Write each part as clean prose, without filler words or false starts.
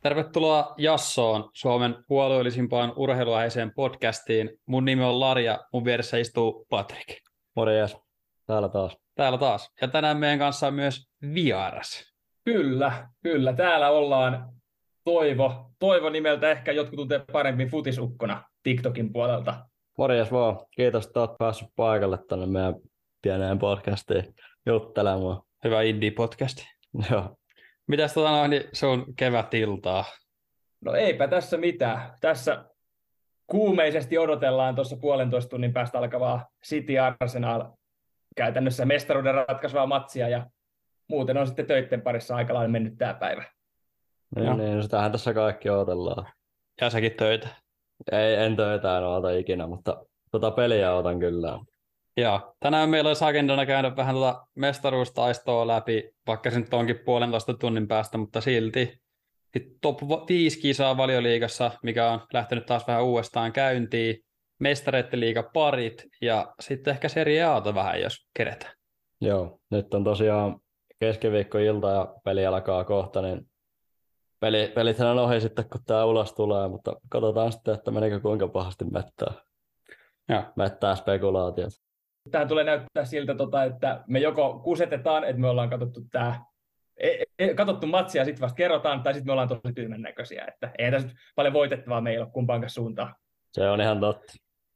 Tervetuloa Jassoon, Suomen puolueellisimpaan urheiluaiheeseen podcastiin. Mun nimi on Lari ja mun vieressä istuu Patrick. Morjes, täällä taas. Täällä taas. Ja tänään meidän kanssa on myös vieras. Kyllä. Täällä ollaan Toivo nimeltä, ehkä jotkut tuntee paremmin futisukkona TikTokin puolelta. Morjes vaan. Kiitos, että olet päässyt paikalle tänne meidän pieneen podcastiin juttelemaan. Hyvä indie-podcasti. Joo. Mitäs sun kevätiltaa? No eipä tässä mitään. Tässä kuumeisesti odotellaan tuossa 1,5 tunnin päästä alkavaa City Arsenal käytännössä mestaruuden ratkaisevaa matsia ja muuten on sitten töitten parissa aika lailla mennyt tämä päivä. Niin, sitähän tässä kaikki odotellaan. Ja säkin töitä? En töitä, en ota ikinä, mutta peliä otan kyllä. Joo, tänään meillä olisi agendana käydä vähän mestaruustaistoa läpi, vaikka se nyt onkin 1,5 tunnin päästä, mutta silti. Sitten top 5 kisaa Valioliigassa, mikä on lähtenyt taas vähän uudestaan käyntiin. Mestareiden liiga parit ja sitten ehkä Serie A:ta vähän, jos keretään. Joo, nyt on tosiaan keskiviikkoilta ja peli alkaa kohta, niin pelithän on ohi sitten, kun tämä ulos tulee, mutta katsotaan sitten, että menikö kuinka pahasti mettää spekulaatiot. Tähän tulee näyttää siltä, että me joko kusetetaan, että me ollaan katsottu matsia ja sitten vasta kerrotaan, tai sitten me ollaan tosi tyhmän näköisiä. Että ei tässä paljon voitettavaa meillä ole kumpaankaan suuntaan. Se on ihan totta.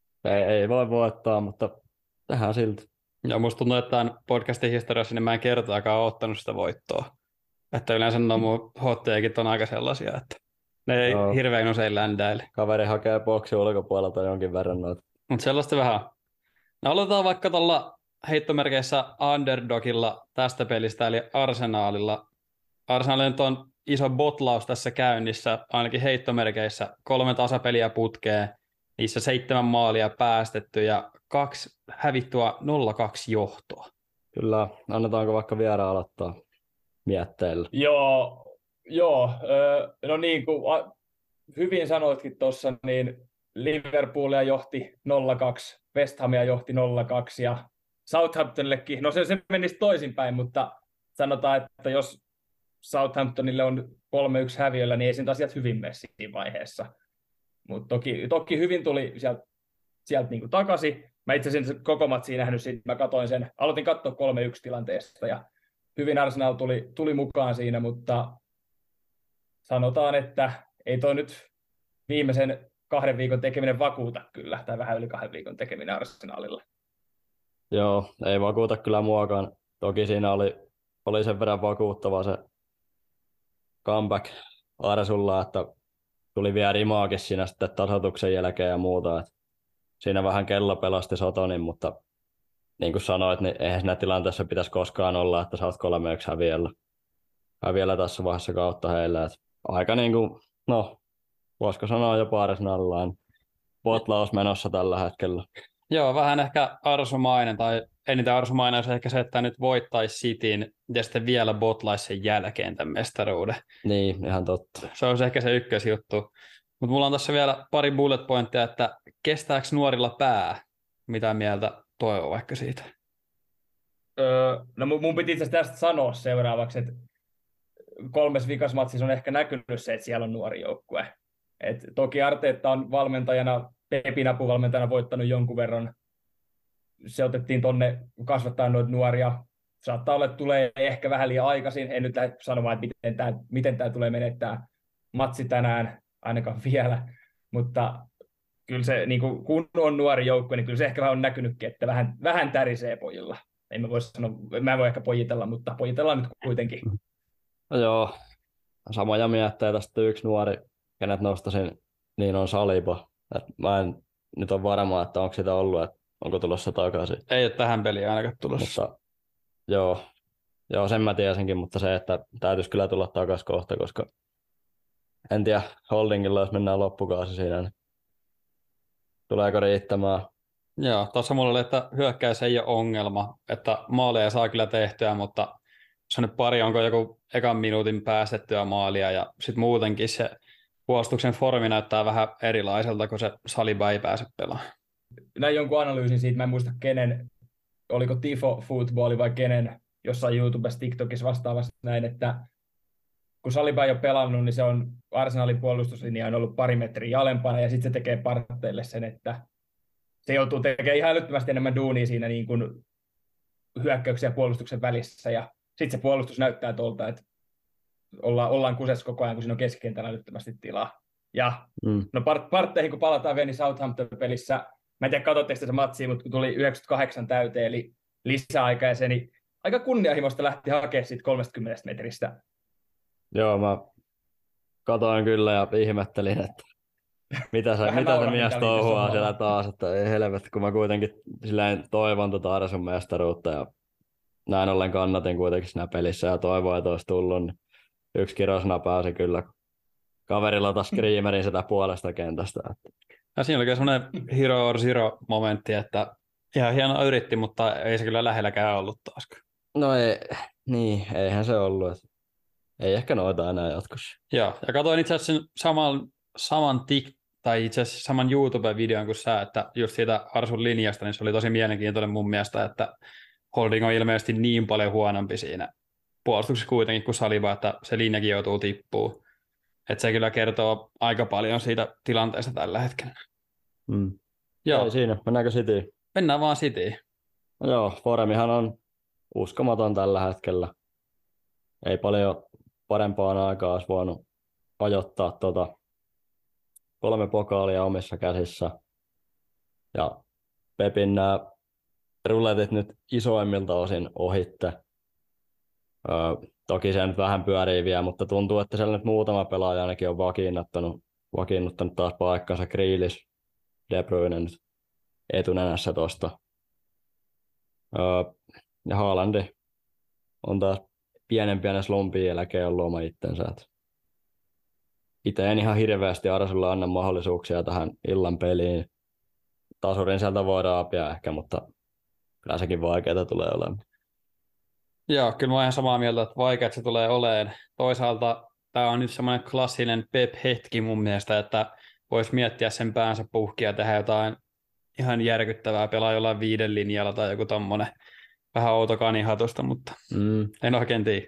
Ei voi voittaa, mutta tähän silti. Ja musta tuntuu, että tämän podcastin historiassa niin mä en kertaakaan ottanut sitä voittoa. Että yleensä mun hotteekit on aika sellaisia, että ne ei hirveän usein ländäile. Kaveri hakee boksi ulkopuolelta jonkin verran noita. Mutta sellaista vähän. No aloitetaan vaikka tuolla heittomerkeissä underdogilla tästä pelistä, eli Arsenalilla. Arsenalilla on iso botlaus tässä käynnissä, ainakin heittomerkeissä. 3 tasapeliä putkeen, niissä 7 maalia päästetty ja 2 hävittyä 0-2 johtoa. Kyllä, annetaanko vaikka vieraan aloittaa mietteillä? Joo. No niin kuin hyvin sanoitkin tuossa, niin Liverpoolia johti 0-2, West Hamia johti 0-2 ja Southamptonillekin, no se menisi toisinpäin, mutta sanotaan, että jos Southamptonille on 3-1 häviöllä, niin ei sen asiat hyvin mene siinä vaiheessa. Mutta toki hyvin tuli sieltä niin kuin takaisin. Mä itse asiassa koko matsia nähnyt siitä, mä aloitin katsoa 3-1 tilanteesta ja hyvin Arsenal tuli mukaan siinä, mutta sanotaan, että ei toi nyt viimeisen 2 viikon tekeminen vakuuta kyllä, tai vähän yli 2 viikon tekeminen Arsenalilla. Joo, ei vakuuta kyllä muakaan. Toki siinä oli sen verran vakuuttava se comeback Arsulla, että tuli vielä rimaakin siinä sitten tasoituksen jälkeen ja muuta. Että siinä vähän kello pelasti Sotonin, mutta niin kuin sanoit, niin eihän siinä tilanteessa pitäisi koskaan olla, että sä oot 3-1 häviöllä tässä vaiheessa kautta heille. Että aika niin kuin, voisiko sanoa jopa Arsenalillain potlaus menossa tällä hetkellä. Joo, vähän ehkä arsumainen, tai eniten arsumainen olisi ehkä se, että nyt voittaisi Cityn ja sitten vielä botlaisi sen jälkeen tämän mestaruuden. Niin, ihan totta. Se olisi ehkä se ykkösjuttu. Mutta mulla on tässä vielä pari bullet pointtia, että kestääkö nuorilla pää? Mitä mieltä Toivo vaikka siitä? No mun piti itse asiassa tästä sanoa seuraavaksi, että 3 vikasmatsissa on ehkä näkynyt se, että siellä on nuori joukkue. Et toki Arteetta on valmentajana, Pepin apuvalmentajana voittanut jonkun verran. Se otettiin tonne kasvattaa noita nuoria. Saattaa olla, että tulee ehkä vähän liian aikaisin. En nyt lähde sanomaan, että miten tämä tulee menettää matsi tänään, ainakaan vielä. Mutta kyllä se, niin kun on nuori joukkue, niin kyllä se ehkä vähän on näkynytkin, että vähän tärisee pojilla. Mä en voi ehkä pojitella, mutta pojitellaan nyt kuitenkin. No joo, samoja mietteitä sitten yksi nuori, kenet nostasin, niin on Saliba. Mä en nyt ole varma, että onko sitä ollut, että onko tulossa takaisin. Ei ole tähän peliin ainakaan tulossa. Mutta, joo, sen mä tiesinkin, mutta se, että täytyisi kyllä tulla takaisin kohta, koska en tiedä, Holdingilla jos mennään loppukausi siinä, niin tuleeko riittämään. Joo, tuossa mulla oli, että hyökkäys ei ole ongelma, että maaleja saa kyllä tehtyä, mutta se on nyt pari, onko joku ekan minuutin päästettyä maalia ja sitten muutenkin se puolustuksen formi näyttää vähän erilaiselta, kun se Saliba ei pääse pelaamaan. Näin jonkun analyysin siitä, mä en muista oliko Tifo Football vai kenen, jossain YouTubessa, TikTokissa vastaavassa näin, että kun Saliba ei ole pelannut, niin se on Arsenalin puolustuslinja on ollut pari metriä alempana, ja sitten se tekee Parteylle sen, että se joutuu tekemään ihan älyttömästi enemmän duunia siinä niin kuin hyökkäyksen ja puolustuksen välissä, ja sitten se puolustus näyttää tuolta, että ollaan kusessa koko ajan, kun siinä on keskikentällä älyttömästi tilaa. Ja no Parteihin, kun palataan vielä, niin Southampton-pelissä, mä en tiedä, katsotteko se matsia, mutta kun tuli 98 täyteen, eli lisäaika, ja se niin aika kunnianhimoista lähti hakemaan siitä 30 metristä. Joo, mä katoin kyllä ja ihmettelin, että mitä se mies touhuaa siellä taas, että ei helvetti, kun mä kuitenkin silleen toivon Arsun mestaruutta ja näin ollen kannatin kuitenkin siinä pelissä ja toivoin, että olisi tullut, niin yksi kirosana pääsi kyllä. Kaverilla taas Screamerin sitä puolesta kentästä. Ja siinä oli semmoinen hero or zero momentti, että ihan hienoa yritti, mutta ei se kyllä lähelläkään ollut taas. No ei, niin, eihän se ollut. Ei ehkä noita enää jatkossa. Joo, ja katsoin itse asiassa saman YouTube-videon kuin sä, että just siitä Arsun linjasta, niin se oli tosi mielenkiintoinen mun mielestä, että Holding on ilmeisesti niin paljon huonompi siinä puolustuksessa kuitenkin kuin Saliba, että se linjakin joutuu tippuun. Että se kyllä kertoo aika paljon siitä tilanteesta tällä hetkellä. Joo. Ei siinä, mennäänkö Cityin? Mennään vaan Cityin. No joo, Foremihan on uskomaton tällä hetkellä. Ei paljon parempaan aikaa olisi voinut ajoittaa 3 pokaalia omissa käsissä. Ja Pepin nämä rulletit nyt isoimmilta osin ohitte. Toki se nyt vähän pyörii vielä, mutta tuntuu, että siellä nyt muutama pelaaja ainakin on vakiinnuttanut taas paikkansa. Grealish, De Bruyne nyt etunenässä tuosta. Ja Haalandi on taas pienen slumpin jälkeen ollut oma itsensä. Itse en ihan hirveästi Arsulle anna mahdollisuuksia tähän illan peliin. Tasurin sieltä voidaan apia ehkä, mutta kyllä sekin vaikeaa tulee olemaan. Joo, kyllä mä oon ihan samaa mieltä, että vaikeat se tulee olemaan. Toisaalta tämä on nyt semmoinen klassinen Pep-hetki mun mielestä, että voisi miettiä sen päänsä puhkia ja tehdä jotain ihan järkyttävää, pelaa jollain 5 linjalla tai joku tommonen vähän outo kanihatusta, mutta en oikein tiedä.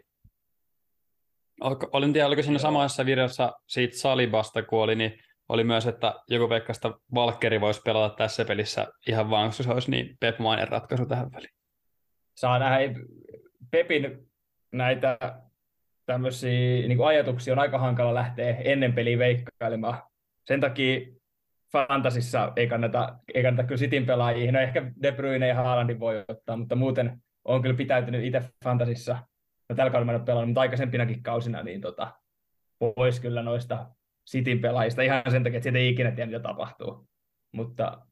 Olin tiedä, oliko siinä samassa videossa siitä Salibasta, kun oli, niin oli myös, että joku Pekkasta Valkkeri voisi pelata tässä pelissä ihan vaan, koska se olisi niin Pep-mainen ratkaisu tähän väliin. Saa nähdä, Pepin näitä tämmöisiä niin kuin ajatuksia on aika hankala lähteä ennen peliä veikkailemaan. Sen takia Fantasissa ei kannata kyllä Cityn pelaajia. No ehkä De Bruyne ja Haalandin voi ottaa, mutta muuten on kyllä pitäytynyt itse Fantasissa. No tällä kaudella mä en ole pelannut, mutta aikaisempinakin kausina, niin pois kyllä noista Cityn pelaajista ihan sen takia, että siitä ei ikinä tiedä, mitä tapahtuu. Mutta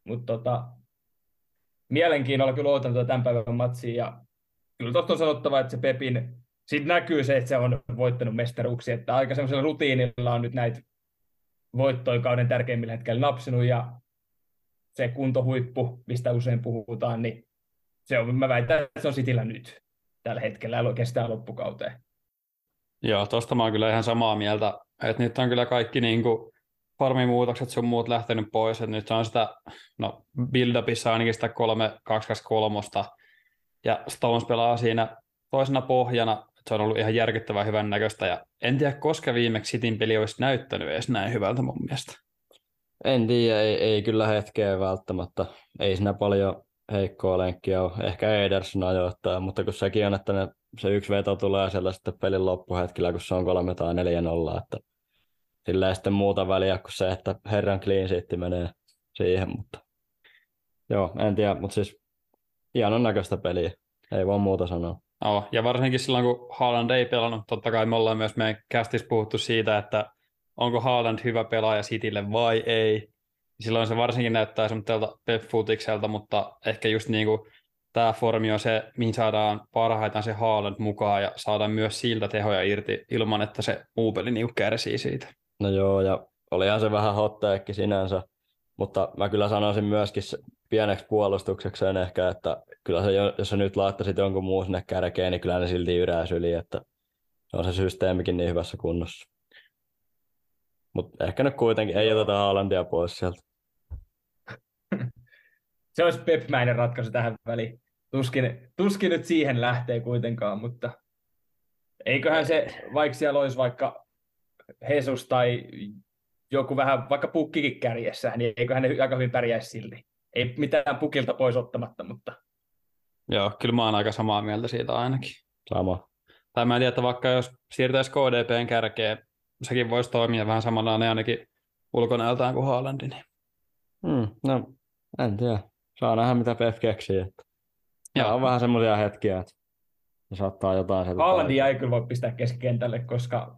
mielenkiinnolla kyllä odotan tämän päivän matsia ja kyllä tuosta on sanottava, että se Pepin, siitä näkyy se, että se on voittanut mestaruuksia, että aika semmoisella rutiinilla on nyt näitä voittoja kauden tärkeimmillä hetkellä napsinut, ja se kuntohuippu, mistä usein puhutaan, niin se on, mä väitän, että se on Cityllä nyt tällä hetkellä ja kestää loppukauteen. Joo, tosta mä oon kyllä ihan samaa mieltä, että nyt on kyllä kaikki niinku farmimuutokset sun muut lähtenyt pois, että nyt on sitä, no build-upissa ainakin sitä 3-2-2-3, ja Stones pelaa siinä toisena pohjana, että se on ollut ihan järkyttävän hyvän näköistä, ja en tiedä, koska viimeksi Cityn peli olisi näyttänyt edes näin hyvältä mun mielestä. En tiedä, ei kyllä hetkeä välttämättä. Ei siinä paljon heikkoa lenkkiä ole. Ehkä Ederson ajoittaa, mutta kun sekin on, että se yksi veto tulee sieltä sitten pelin loppuhetkellä, kun se on 3 tai 4-0, että sillä ei sitten muuta väliä kuin se, että herran clean sheet menee siihen, mutta joo, en tiedä, mutta siis hienon näköistä peliä, ei vaan muuta sanoa. No, ja varsinkin silloin, kun Haaland ei pelannut, totta kai me ollaan myös meidän kästissä puhuttu siitä, että onko Haaland hyvä pelaaja Citylle vai ei. Silloin se varsinkin näyttää semmoiselta Pep-futikselta, mutta ehkä just niin kuin tämä formi on se, mihin saadaan parhaiten se Haaland mukaan ja saadaan myös siltä tehoja irti ilman, että se muu peli niin kärsii siitä. No joo, ja olihan se vähän hotteekki sinänsä, mutta mä kyllä sanoisin myöskin pieneksi puolustuksekseen ehkä, että kyllä se, jos sä nyt laittaisit jonkun muun sinne kärkeen, niin kyllä ne silti yräisi yli, että se on se systeemikin niin hyvässä kunnossa. Mutta ehkä nyt kuitenkin ei oteta Haalandia pois sieltä. Se olisi Pep-mäinen ratkaisu tähän väliin. Tuskin nyt siihen lähtee kuitenkaan, mutta Eiköhän se, vaikka siellä olisi vaikka Jesus tai joku vähän, vaikka pukkikin kärjessä, niin eiköhän ne aika hyvin pärjäisi silti. Ei mitään pukilta pois ottamatta, mutta... Joo, kyllä mä oon aika samaa mieltä siitä ainakin. Sama. Tai mä en tiedä, että vaikka jos siirtäisi KDPn kärkeen, sekin voisi toimia vähän samanlainen ainakin ulkonäöltään kuin Haaland. Niin. No, en tiedä. Saa nähdä, mitä Pep keksii. Nämä on vähän semmoisia hetkiä, että se saattaa jotain sieltä. Haalandia ei kyllä voi pistää keskikentälle, koska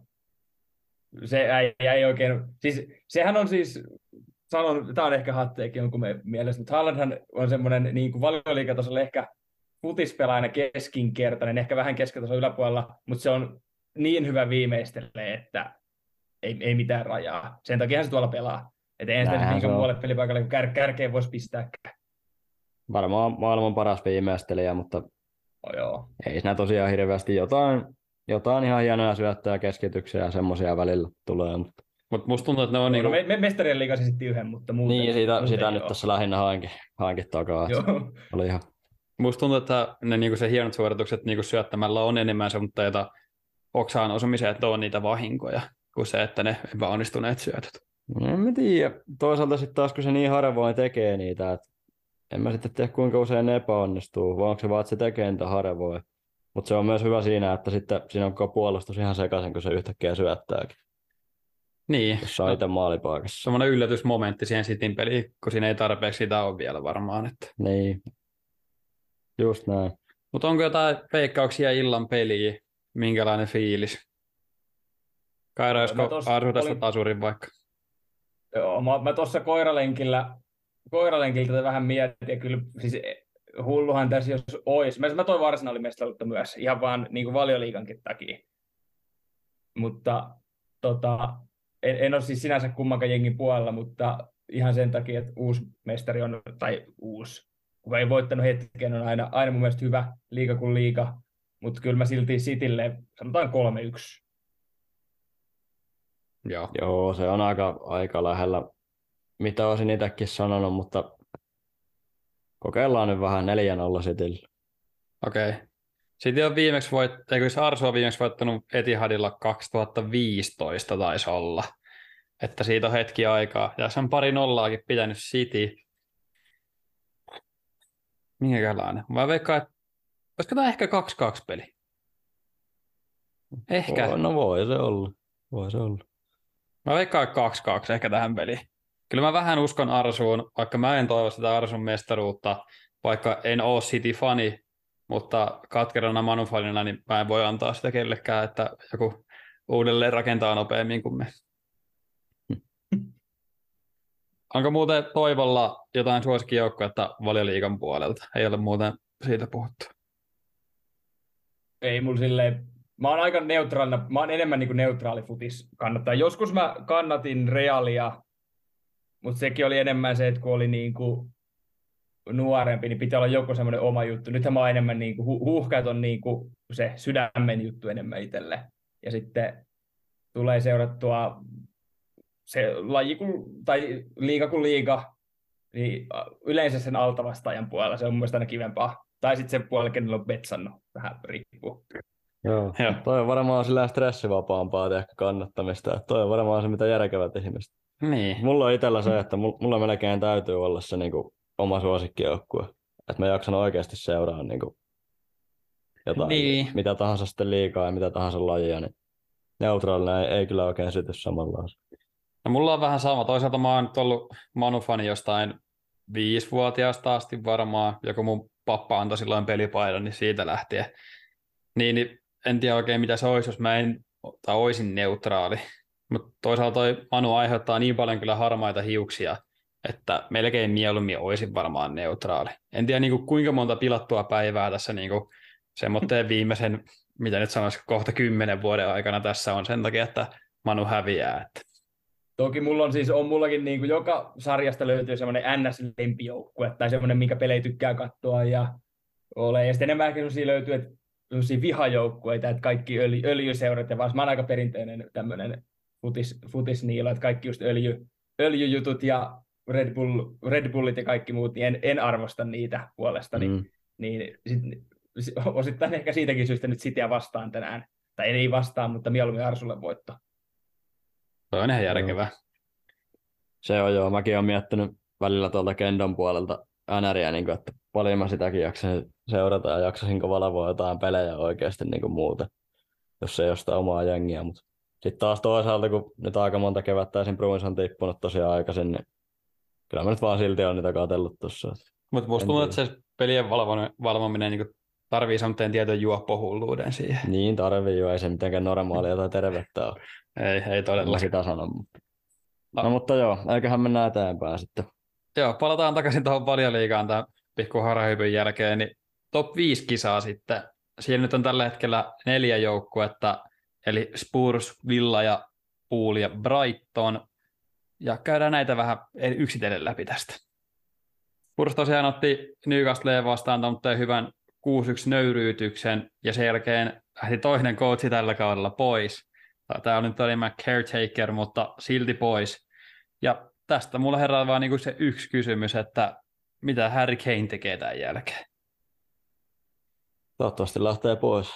se ei oikein... Siis, sehän on siis... Tämä on ehkä hatteekin jonkun mielestä, mutta Haalandhan on semmoinen niin kuin valioliigatasolla ehkä futispelaajana keskinkertainen, ehkä vähän keskitason yläpuolella, mutta se on niin hyvä viimeistelee, että ei mitään rajaa. Sen takia se tuolla pelaa. Että eihän sitä niin muualle pelipaikalle, kun kärkeen voisi pistääkään. Varmaan maailman paras viimeistelijä, mutta joo. ei siinä tosiaan hirveästi jotain ihan hienoja syöttöjä, keskityksiä ja semmoisia välillä tulee. Mutta musta tuntuu, että ne on niinku... Mestarien liiga esitti yhden, mutta muuten... Niin, sitä nyt tässä lähinnä hainkin takaa. Oli ihan... Musta tuntuu, että ne niinku se hienot suoritukset niinku syöttämällä on enemmän semmoista oksaan osumiseen, että on niitä vahinkoja, kuin se, että ne epäonnistuneet syötöt. En mä tiedä. Toisaalta sitten taas, kun se niin harvoin tekee niitä, että en mä sitten tiedä, kuinka usein ne epäonnistuu, vaan onko se vaan, että se tekee niitä harvoin. Mutta se on myös hyvä siinä, että sitten siinä on puolustus ihan sekaisin, kun se yhtäkkiä syöttääkin. Niin. Jos saa itse maalipaikassa. Semmoinen yllätysmomentti siihen Cityn peliin, kun siinä ei tarpeeksi sitä ole vielä varmaan. Että... Niin. Just näin. Mutta onko jotain veikkauksia illan peliin? Minkälainen fiilis? Kaira, josko arvu tästä tasurin vaikka? Joo, mä tuossa koiralenkiltä vähän mietin, ja kyllä siis hulluhan tässä jos olisi. Mä toivon Arsenalin mestaruutta myös, ihan vaan niin kuin Valioliigankin takia. Mutta en ole siis sinänsä kummankaan jengin puolella, mutta ihan sen takia, että uusi mestari on, tai uusi, kun ei voittanut hetken, on aina mun mielestä hyvä liiga kuin liiga, mutta kyllä mä silti Citylle sanotaan 3-1. Joo, se on aika lähellä, mitä olisin itsekin sanonut, mutta kokeillaan nyt vähän 4-0 Citylle. Okei. City on Arsenal on viimeksi voittanut Etihadilla 2015 taisi olla. Että siitä on hetki aikaa. Ja se on 2-0 pitänyt City. Minkälainen? Mä veikkaan, että olisiko tämä ehkä 2-2 peli? Ehkä. No voi se olla. Mä veikkaan 2-2 ehkä tähän peliin. Kyllä mä vähän uskon Arsuun, vaikka mä en toivo sitä Arsun mestaruutta, vaikka en ole City-fani, mutta katkerana Manu-fanina, niin mä en voi antaa sitä kellekään, että joku uudelleen rakentaa nopeammin kuin me. Onko muuten Toivolla jotain suosikkijoukkuetta Valioliigan puolelta? Ei ole muuten siitä puhuttu. Ei mulla silleen, mä oon aika neutraalina, mä oon enemmän niin kuin neutraali futis kannattaa. Joskus mä kannatin Realia, mutta sekin oli enemmän se, että kun oli niin kuin nuorempi, niin pitää olla joku semmoinen oma juttu. Nythän mä oon enemmän niin kuin huuhkajat on niin kuin se sydämen juttu enemmän itselle. Ja sitten tulee seurattua se laji tai liiga kuin liiga, niin yleensä sen altavastaajan puolella se on mun mielestä aina kivempaa. Tai sitten sen puolella, kenellä on betsannut, vähän riippuu. Joo. Toi on varmaan sillä stressivapaampaa tehdä kannattamista. Toi on varmaan se, mitä järkevät ihmiset. Niin. Mulla on itsellä se, että mulla melkein täytyy olla se niinku oma suosikkijoukkue. Että mä jaksan oikeasti seuraa niinku jotain, mitä tahansa sitten liigaa ja mitä tahansa lajia, niin neutraalina ei kyllä oikein syty samanlaista. No mulla on vähän sama. Toisaalta mä oon ollut Manu-fani jostain 5-vuotiaasta asti varmaan. Joku mun pappa antoi silloin pelipaidan, niin siitä lähtien. Niin en tiedä oikein mitä se olisi, jos mä olisin neutraali. Mutta toisaalta toi Manu aiheuttaa niin paljon kyllä harmaita hiuksia, että melkein mieluummin olisin varmaan neutraali. En tiedä niin kuinka monta pilattua päivää tässä niin semmoitteen viimeisen, mitä nyt sanoisi, kohta 10 vuoden aikana tässä on sen takia, että Manu häviää. Että. Toki mullakin niin kuin joka sarjasta löytyy semmoinen NS-lempijoukkue tai semmoinen, minkä pelejä tykkää katsoa ja sitten enemmänkin löytyy, että vihajoukkueita, että kaikki öljyseurat, ja vaan mä oon aika perinteinen tämmöinen futisniilo, että kaikki just öljyjutut ja Red Bullit ja kaikki muut, niin en arvosta niitä puolestani. Niin osittain ehkä siitäkin syystä nyt Cityä vastaan tänään Tai ei vastaan, mutta mieluummin Arsulle voitto. Se on ihan järkevää. Se on joo. Mäkin olen miettinyt välillä tuolta Kendon puolelta NRiä, niin kuin, että paljon mä sitäkin jaksasin seurata ja jaksasinko valvoa jotain pelejä oikeasti niin kuin muuten, jos ei jostain omaa jengiä. Mutta sitten taas toisaalta, kun nyt aika monta kevättä esim. Bruins on tippunut tosiaan aikaisin, niin kyllä mä nyt vaan silti on niitä katsellut tuossa. Mutta musta tuntuu, että se pelien valvominen niin tarvii semmoinen tietyn juoppohulluuden siihen. Niin tarvii jo, ei se mitenkään normaalia tai tervettä ole. Ei todella. Sitä sanon. No mutta joo, eiköhän mennä eteenpäin sitten. Joo, palataan takaisin tuohon Valioliigaan tämän pikku harhahypyn jälkeen, niin top 5 kisaa sitten. Siellä nyt on tällä hetkellä 4 joukkuetta, eli Spurs, Villa ja Pool ja Brighton. Ja käydään näitä vähän yksitellen läpi tästä. Spurs tosiaan otti Newcastleen vastaan tämmöinen hyvän 6-1 nöyryytyksen, ja sen jälkeen lähti toinen coachi tällä kaudella pois. Tämä on nyt enemmän caretaker, mutta silti pois. Ja tästä mulla herää vaan niinku se yksi kysymys, että mitä Harry Kane tekee tämän jälkeen? Toivottavasti lähtee pois.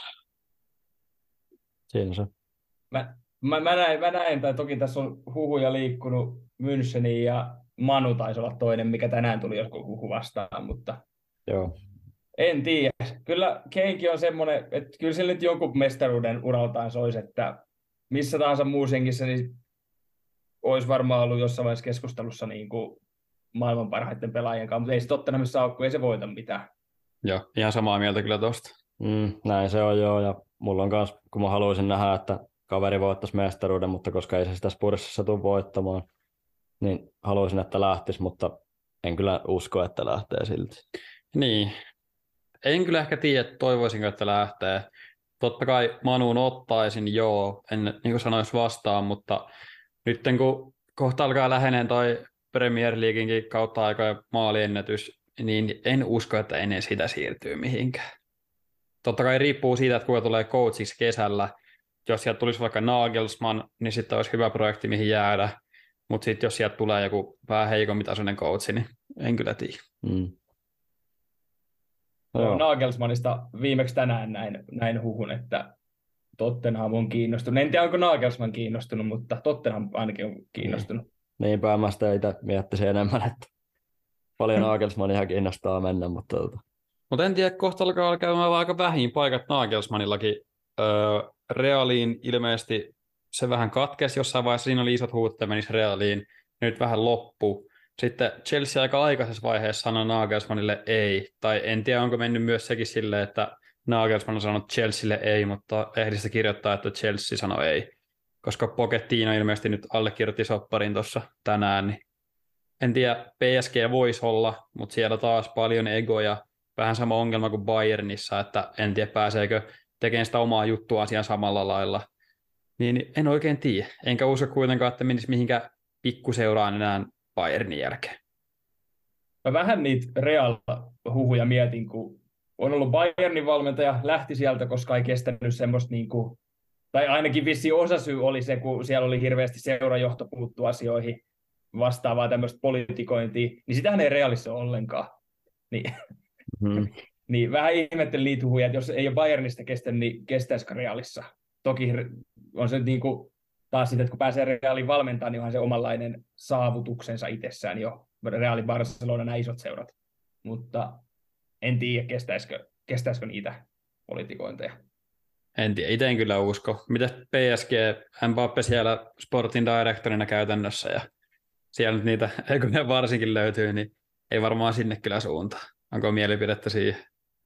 Siinä se. Mä näin, tai toki tässä on huhuja liikkunut Müncheniin ja Manu taisi olla toinen, mikä tänään tuli joskus huhu vastaan, mutta Joo. en tiedä. Kyllä Kanekin on semmoinen, että kyllä sillä nyt jonkun mestaruuden uraltaan soisi, että missä tahansa muussa jengissä niin olisi varmaan ollut jossain vaiheessa keskustelussa niin kuin maailman parhaiten pelaajien kanssa, mutta ei se Tottenhamissa ole, kun ei se voita mitään. Joo, ihan samaa mieltä kyllä tosta. Näin se on joo, ja mulla on kans, kun mä haluaisin nähdä, että kaveri voittaisi mestaruuden, mutta koska ei se sitä Spursissa tule voittamaan, niin haluaisin, että lähtisi, mutta en kyllä usko, että lähtee silti. Niin, en kyllä ehkä tiedä, toivoisinko, että lähtee. Totta kai Manuun ottaisin, joo, en niin kuin sanoisi vastaan, mutta nyt kun kohta alkaa läheneen toi Premier Leagueinkin kautta aikojen maaliennätys, niin en usko, että ennen sitä siirtyy mihinkään. Totta kai riippuu siitä, että kuka tulee coachiksi kesällä. Jos sieltä tulisi vaikka Nagelsmann, niin sitten olisi hyvä projekti, mihin jäädä. Mutta sitten jos sieltä tulee joku vähän heikommin tasoinen coachi, niin en kyllä tiedä. Nagelsmannista viimeksi tänään näin huhun, että Tottenham on kiinnostunut. En tiedä, onko Nagelsmann kiinnostunut, mutta Tottenham ainakin on kiinnostunut. Niinpä mä sitä itse miettisin enemmän, että paljon Nagelsmannia kiinnostaa mennä, mutta Mutta en tiedä, kohta alkaa käymään aika vähin paikat Nagelsmannillakin. Realiin ilmeisesti se vähän katkesi jossain vaiheessa, siinä oli isot huut, että menisi Realiin, nyt vähän loppu. Sitten Chelsea aika aikaisessa vaiheessa sanoi Nagelsmannille ei, tai en tiedä, onko mennyt myös sekin silleen, että Nagelsmann on sanonut Chelsealle ei, mutta lehdistä kirjoittaa, että Chelsea sanoi ei, koska Pochettino ilmeisesti nyt allekirjoitti sopparin tuossa tänään, niin en tiedä, PSG voisi olla, mutta siellä taas paljon egoja, vähän sama ongelma kuin Bayernissa, että en tiedä pääseekö tekemään sitä omaa juttua asian samalla lailla, niin en oikein tiedä, enkä usko kuitenkaan, että menisi mihinkään pikkuseuraan enää Bayernin jälkeen. Mä vähän niitä Real-huhuja mietin, kun on ollut Bayernin valmentaja, lähti sieltä, koska ei kestänyt semmoista, niin kuin, tai ainakin vissiin osasyy oli se, kun siellä oli hirveästi seurajohto puuttu asioihin, vastaavaa tämmöistä politikointia, niin sitähän ei Realissa ole ollenkaan. Niin vähän ihmettelin niitä huhuja, että jos ei ole Bayernista kestänyt, niin kestäisikö Realissa? Toki on se niin kuin, taas sitten, että kun pääsee Realin valmentamaan, niin onhan se omanlainen saavutuksensa itsessään jo. Reali, Barcelona, nämä isot seurat. Mutta en tiedä, kestäisikö niitä politikointeja. En tiedä, itse en kyllä usko. Miten PSG, Mbappe siellä sportin directorina käytännössä ja siellä nyt niitä eikoja varsinkin löytyy, niin ei varmaan sinne kyllä suuntaan. Onko mielipidettä siihen?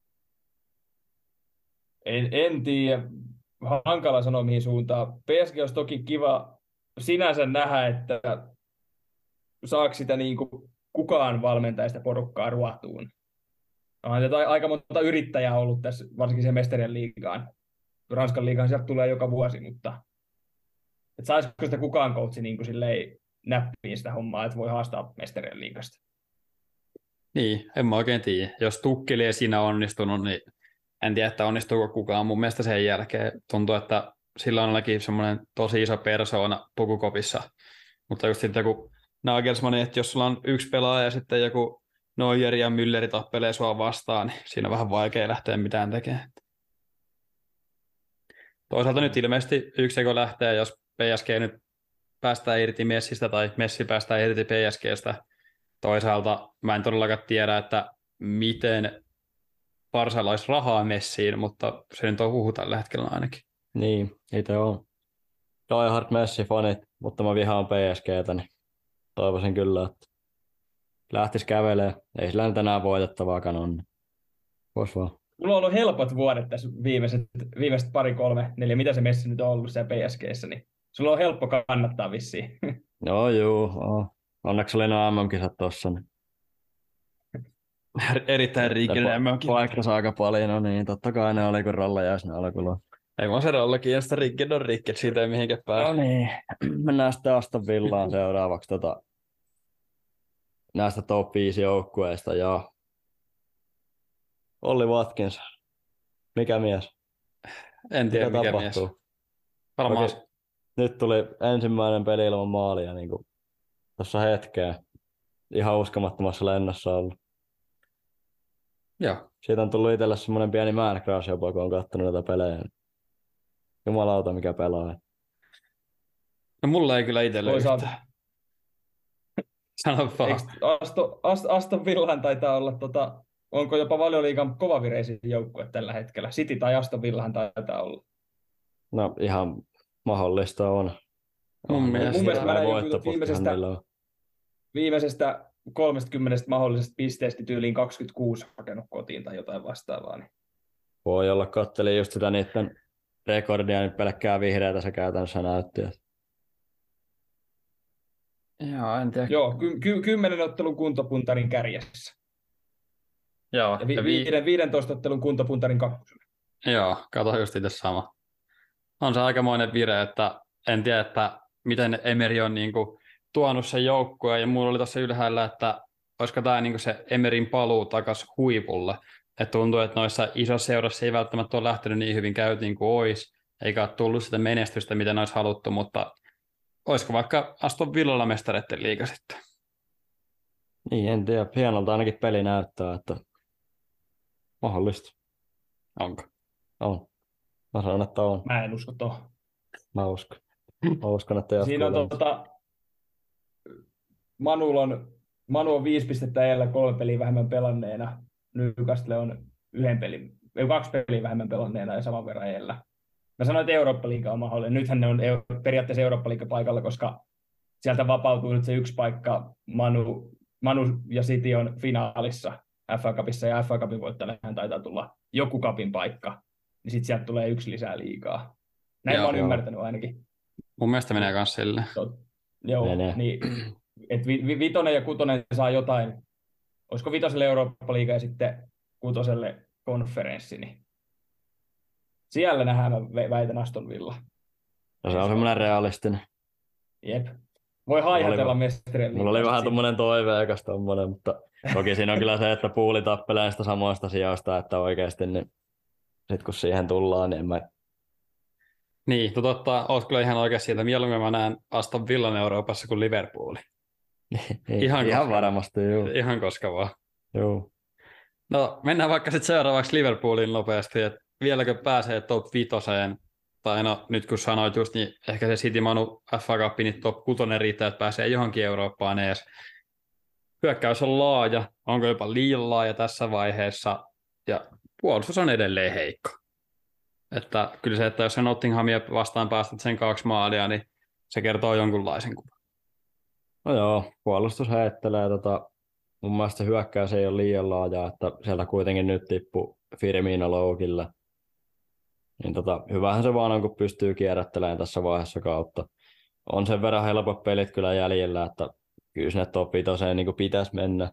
En tiedä. Hankala sanoa mihin suuntaan. PSG olisi toki kiva sinänsä nähdä, että saako sitä niin kuin kukaan valmentaa sitä porukkaa ruotuun. On aika monta yrittäjää ollut tässä, varsinkin se Mestarien liigaan. Ranskan liigaan sieltä tulee joka vuosi, mutta että saisiko sitä kukaan coachi niin kuin silleen näppiin sitä hommaa, että voi haastaa Mestarien liigasta. Niin, en mä oikein tiedä. Jos Tukkeli ei siinä onnistunut, niin en tiedä, että onnistuuko kukaan. Mun mielestä sen jälkeen tuntuu, että sillä on ainakin semmoinen tosi iso persoona pukukopissa. Mutta just sitten joku Nagelsmann, että jos sulla on yksi pelaaja ja sitten joku Neuer ja Mülleri tappelee sua vastaan, niin siinä on vähän vaikea lähteä mitään tekemään. Toisaalta nyt ilmeisesti yksi seko lähtee, jos PSG nyt päästään irti Messistä tai Messi päästään irti PSGstä. Toisaalta mä en todellakaan tiedä, että miten Barsalla olisi rahaa Messiin, mutta se nyt on huhu tällä hetkellä ainakin. Niin, itse on Die Hard Messi-fanit, mutta mä vihaan PSGtä, niin toivoisin kyllä, että lähtisi kävelemään. Ei sillä nyt enää voitettavaakaan on. Vois vaan. Mulla on ollut helpot vuodet tässä viimeiset 2, 3, 4, mitä se Messi nyt on ollut siellä PSGssä, niin sulla on helppo kannattaa vissiin. Joo, juu. Onneksi oli nuo MM-kisat tossa. Niin. Erittäin riikinen Vaikka aika paljon, no niin, totta kai ne oli, kun rolla jäisi ne alkuun. Ei vaan se rolla kiinnostaa rikket on rikket, siitä ei mihinkään pääse. No niin, mennään sitten Aston Villaan seuraavaksi näistä top 5 joukkueista. Ja Olli Watkins, mikä mies? En tiedä Mitä mikä tapahtuu? mies. Varmaan Toki nyt tuli ensimmäinen peli ilman maalia niin tuossa hetkeen. Ihan uskomattomassa lennossa ollut. joo. Siitä on tullut itselle semmoinen pieni man crush jopa, kun on katsonut näitä pelejä. Jumalauta, mikä pelaa. No mulla ei kyllä itsellä Toisaalta yhtään. Sano vaan. Aston Villan taitaa olla, onko jopa Valioliigan kovavireisin joukkue tällä hetkellä? City tai Aston Villahan taitaa olla. No ihan mahdollista on. Mun mielestä mä näin voittoputkihan niillä on. viimeisestä 30 mahdollisesta pisteestä tyyliin 26 hakenut kotiin tai jotain vastaavaa. Niin. Voi olla, kattelin just sitä niiden rekordia, niin pelkkää vihreätä se käytännössä näytti. Joo, en tiedä. Joo, 10 ottelun kuntopuntarin kärjessä. Joo, Ja 15 ottelun kuntopuntarin kakkosena. Joo, kato just itse sama. On se aikamoinen vire, että en tiedä, että miten Emery on niinku tuonut sen joukkueen, ja mulla oli tuossa ylhäällä, että olisiko tämä niinku se Emeryn paluu takaisin huipulle. Et tuntuu, että noissa isoissa seurassa ei välttämättä ole lähtenyt niin hyvin käyntiin kuin olisi, eikä ole tullut sitä menestystä, miten olisi haluttu, mutta olisiko vaikka Aston Villalla mestareiden liiga sitten? Niin, en tiedä. Hienolta ainakin peli näyttää, että mahdollista. Onko? On. Mä sanon, että on. Mä en usko tuohon. Mä uskon. Mä uskon, että jatkuu. Siinä on Manu on 5 pistettä edellä 3 peliä vähemmän pelanneena. Newcastle on 2 peliä vähemmän pelanneena ja saman verran edellä. Mä sanoin, että Eurooppa-liiga on mahdollinen. Nythän ne on periaatteessa Eurooppa-liiga paikalla, koska sieltä vapautuu nyt se yksi paikka. Manu ja City on finaalissa FA Cupissa, ja FA Cupin voittajahan taitaa tulla joku cupin paikka. Niin sitten sieltä tulee 1 lisää liigaa. Näin mä oon ymmärtänyt ainakin. Mun mielestä menee myös silleen. Joo, niin, että vitonen ja kutonen saa jotain. Olisiko vitoselle Eurooppa-liiga ja sitten kutoselle konferenssi, niin siellä nähdään, mä väitän Aston Villa. No, se on semmoinen realistinen. Jep. Voi haihatella mestarien. Mulla oli vähän tommonen toive ekas tommonen, mutta toki siinä on kyllä se, että puuli tappelee sitä samoista sijoista, että oikeasti niin sit kun siihen tullaan, niin en mä... Niin, oot kyllä ihan oikein siitä. Mieluummin mä näen Aston Villan Euroopassa kuin Liverpooli. Ihan varmasti, joo. Ihan koska vaan. Joo. No, mennään vaikka sitten seuraavaksi Liverpooliin nopeasti, että vieläkö pääsee top 5, tai no nyt kun sanoit just, niin ehkä se City Manu FA Cup, niin top 6 riittää, että pääsee johonkin Eurooppaan edes. Hyökkäys on laaja, onko jopa liian laaja tässä vaiheessa, ja puolustus on edelleen heikko. Että kyllä se, että jos se Nottinghamia vastaan päästät sen 2 maalia, niin se kertoo jonkunlaisen kuvan. No joo, puolustus heittelee. Mun mielestä se hyökkäys ei ole liian laaja, että sieltä kuitenkin nyt tippui Firmino loukille. Niin hyvähän se vaan on, kun pystyy kierrättelemään tässä vaiheessa kautta. On sen verran helpot pelit kyllä jäljellä, että kyllä sinne top 5 niin pitäisi mennä.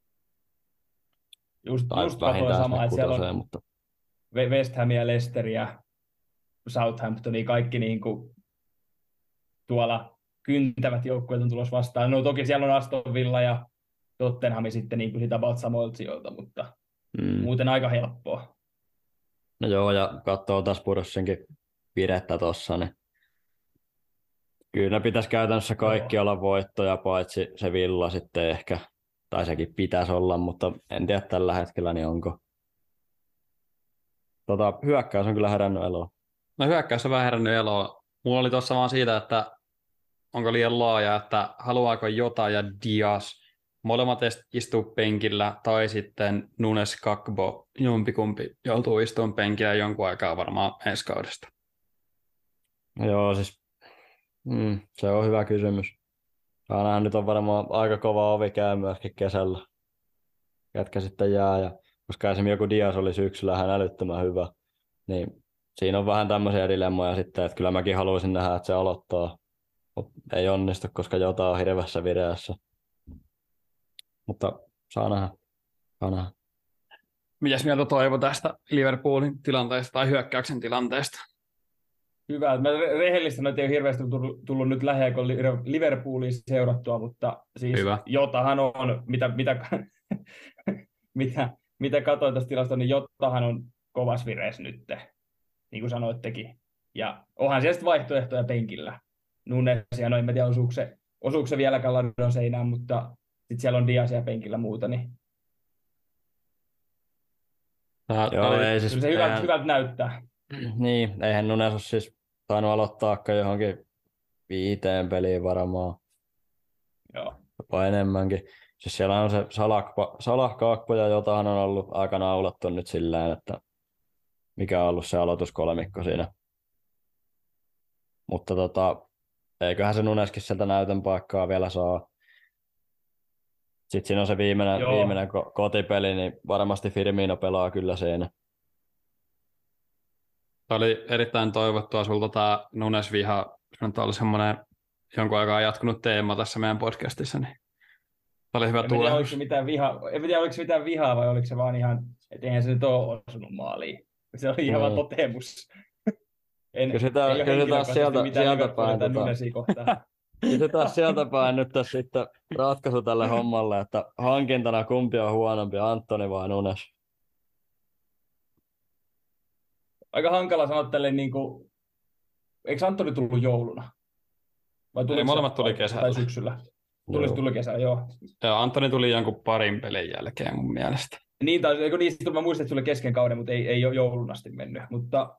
Just sama, että siellä on mutta... West Hamia, Leicesteria, Southamptonia, kaikki niin kuin tuolla kyntävät joukkueet on tulossa vastaan. No toki siellä on Aston Villa ja Tottenham sitten niin kuin sitä about samoilta sijoilta, mutta muuten aika helppoa. No joo, ja katsoo taas Purossinkin pidettä tossa, niin kyllä ne pitäisi käytännössä kaikki olla voittoja, paitsi se Villa sitten ehkä, tai sekin pitäisi olla, mutta en tiedä tällä hetkellä, niin onko. Hyökkäys on kyllä herännyt eloon. No hyökkäys on vähän herännyt eloa. Mulla oli tuossa vaan siitä, että onko liian laaja, että haluaako Jota ja Diaz molemmat istua penkillä, tai sitten Nunes Kakbo, jompikumpi joutuu istumaan penkillä jonkun aikaa varmaan ensi kaudesta. Joo, siis se on hyvä kysymys. Ainahan nyt on varmaan aika kova ovi käy myöskin kesällä. Ketkä sitten jää. Ja koska esimerkiksi joku Diaz oli syksyllä hän älyttömän hyvä, niin siinä on vähän tämmöisiä dilemmoja sitten, että kyllä mäkin haluaisin nähdä, että se aloittaa. Mutta ei onnistu, koska Jota on hirveässä vireessä. Mutta saa nähdä. Saa nähdä. Mitäs mieltä Toivo tästä Liverpoolin tilanteesta tai hyökkäyksen tilanteesta? Hyvä. Mä rehellisesti ei ole hirveästi tullut nyt lähellä Liverpoolin seurattua, mutta siis Hyvä. Jotahan on, mitä katsoin tästä tilasta, niin Jotahan on kovas vireessä nyt, niin kuin sanoittekin. Ja onhan siellä sitten vaihtoehtoja penkillä. Nunesia, no en mä tiedä osuuko se vielä Galadon seinään, mutta sitten siellä on Diazia penkillä muuta, niin Joo, ei siis, kyllä se hyvältä näyttää. Niin, eihän Nunes ole siis tainnut aloittaa johonkin 5 peliin varmaan. Joo. Jopa enemmänkin. Siis siellä on se Salah, Kakpo ja Jotahan on ollut aika naulattu nyt silleen, että mikä on ollut se aloituskolmikko siinä. Mutta eiköhän se Nuneskin sieltä näytön paikkaa vielä saa. Sitten siinä on se viimeinen kotipeli, niin varmasti Firmino pelaa kyllä siinä. Tämä oli erittäin toivottua sulta tämä Nunes-viha. Se on ollut semmoinen jonkun aikaa jatkunut teema tässä meidän podcastissa. Niin tämä oli hyvä En tiedä, tulehdus. oliko se mitään vihaa vai oliko se vaan ihan, että eihän se nyt ole osunut maaliin. Se oli ihan vaan toteamus. Kysytään sieltä päin. Kysytään sieltä päin nyt tässä sitten ratkaisu tälle hommalle, että hankintana kumpi on huonompi, Antoni vai Nunes? Aika hankala sanoa tälleen, niin kuin, eikö Antoni tullut jouluna? Vai Ei, molemmat tuli kesällä. Tai syksyllä? Tuli kesällä, joo. Joo, Antoni tuli jonkun parin pelin jälkeen mun mielestä. Niin, tai eikö niistä mä muistan, että se oli kesken kauden, mutta ei ole joulun asti mennyt. Mutta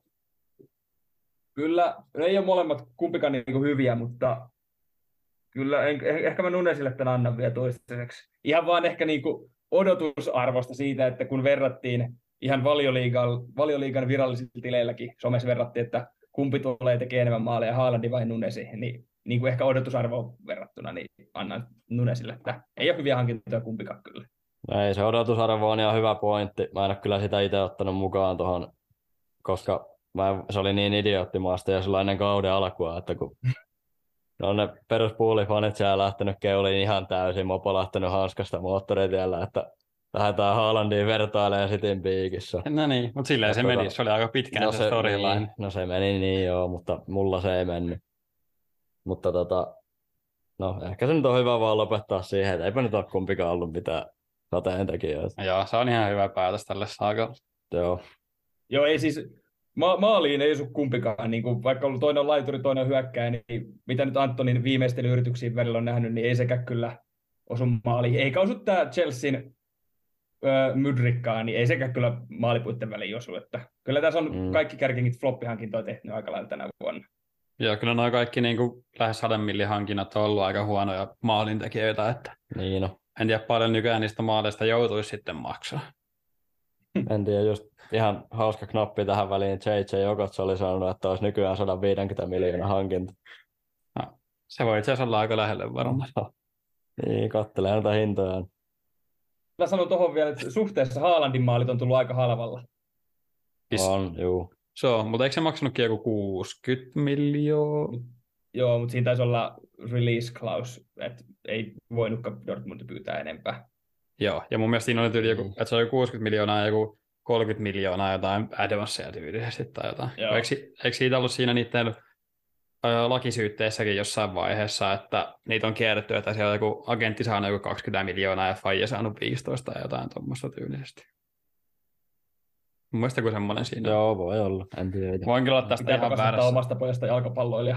kyllä, ne ei ole molemmat kumpikaan niin kuin hyviä, mutta kyllä ehkä mä Nunesille tämän annan vielä toistaiseksi. Ihan vaan ehkä niin kuin odotusarvosta siitä, että kun verrattiin ihan Valioliigan virallisilla tileilläkin, somessa verrattiin, että kumpi tulee tekemään enemmän maaleja, Haalandi vai Nunesi, niin kuin ehkä odotusarvoon verrattuna, niin annan Nunesille, että ei ole hyviä hankintoja kumpikaan kyllä. Ei, se odotusarvo on ihan hyvä pointti. Mä en ole kyllä sitä itse ottanut mukaan tuohon, koska se oli niin idioottimaasta ja sillä ennen kauden alkua, että kun no ne peruspuulifanit siellä lähtenyt keuliin ihan täysin, mopo lähtenyt hanskasta moottoritiellä, että lähdetään Haalandiin vertailemaan Cityn piikissä. No niin, mutta silleen se meni. Se oli aika pitkään se storyline. Niin, no se meni niin joo, mutta mulla se ei mennyt. Mutta no ehkä se nyt on hyvä vaan lopettaa siihen, että eipä nyt ole kumpikaan ollut mitään sateentekijöitä. Joo, se on ihan hyvä päätös tälle saakalle. Joo. Joo, ei siis maaliin ei osu kumpikaan, niin kuin vaikka ollut toinen on laituri, toinen on hyökkääjä, niin mitä nyt Antonin viimeisten yrityksiin välillä on nähnyt, niin ei sekään kyllä osu maaliin. Eikä osu tämä Chelsean Mudrikkaan, niin ei sekään kyllä maalipuitten väliin osu. Että kyllä tässä on kaikki kärkingit floppihankintoja tehty aika lailla tänä vuonna. Joo, kyllä nuo kaikki niin kuin lähes 100 millin hankinnat on ollut aika huonoja maalintekijöitä. Että Niin no. En tiedä paljon nykyään niistä maaleista joutuisi sitten maksaa. En tiedä, just ihan hauska knoppi tähän väliin. JJ Okots oli sanonut, että olisi nykyään 150 miljoonaa hankinta. No, se voi itse asiassa olla aika lähelle varmaan. Niin, kattelee näitä hintoja. Mä sanon tuohon vielä, että suhteessa Haalandin maalit on tullut aika halvalla. On, juu. Se on, mutta eikö se maksanutkin joku 60 miljoonaa? Joo, mutta siinä taisi olla release clause, että ei voinutkaan Dortmund pyytää enempää. Joo, ja mun mielestä siinä oli tyyli joku, että se oli 60 miljoonaa ja joku 30 miljoonaa jotain advancea tyylisesti tai jotain. Eikö siitä ollut siinä niiden lakisyytteissäkin jossain vaiheessa, että niitä on kierretty, että siellä joku agentti saanut joku 20 miljoonaa ja faija saanut 15 tai jotain tuommoista tyylisesti. Muistako semmoinen siinä? Joo, voi olla. En tiedä. Voin kyllä olla tästä pitää ihan väärässä. Omasta pojasta jalkapalloilija.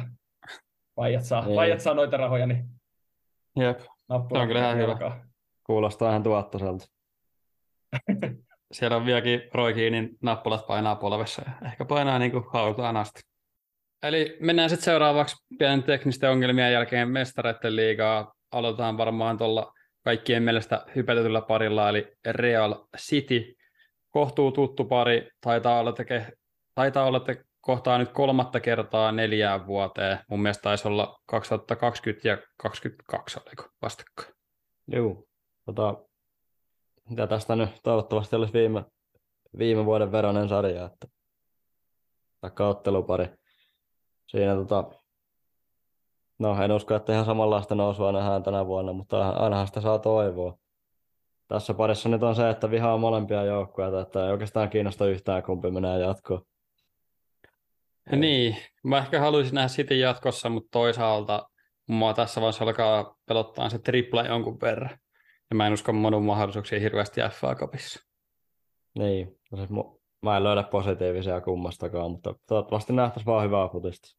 Faijat saa noita rahoja, niin jep. Se on kyllä ihan hyvä. Kuulostaa ihan tuottoiselta. siellä on vieläkin Roy Keanen nappulat painaa polvessa ja ehkä painaa niin kuin halutaan asti. Eli mennään sitten seuraavaksi pienen teknisten ongelmien jälkeen mestareiden liigaa. Aloitetaan varmaan tuolla kaikkien mielestä hypätetyllä parilla, eli Real City. Kohtuu tuttu pari, taitaa olla te kohtaa nyt 3. kertaa 4 vuoteen. Mun mielestä taisi olla 2020 ja 2022, oliko vastakkain? Joo. Mitä tästä nyt toivottavasti olisi viime vuoden veronen sarja, että tai ottelupari. Siinä no en usko, että ihan samanlaista nousua nähdään tänä vuonna, mutta ainahan sitä saa toivoa. Tässä parissa nyt on se, että vihaa molempia joukkueita, että ei oikeastaan kiinnosta yhtään kumpi menee jatkoon. Niin, mä ehkä haluaisin nähdä City jatkossa, mutta toisaalta mua tässä vaiheessa alkaa pelottaa se tripla jonkun verran. Ja mä en usko Modun mahdollisuuksia hirveästi FA Cupissa. Niin, no siis mä en löydä positiivisia kummastakaan, mutta toivottavasti nähtäisiin vaan hyvää futista.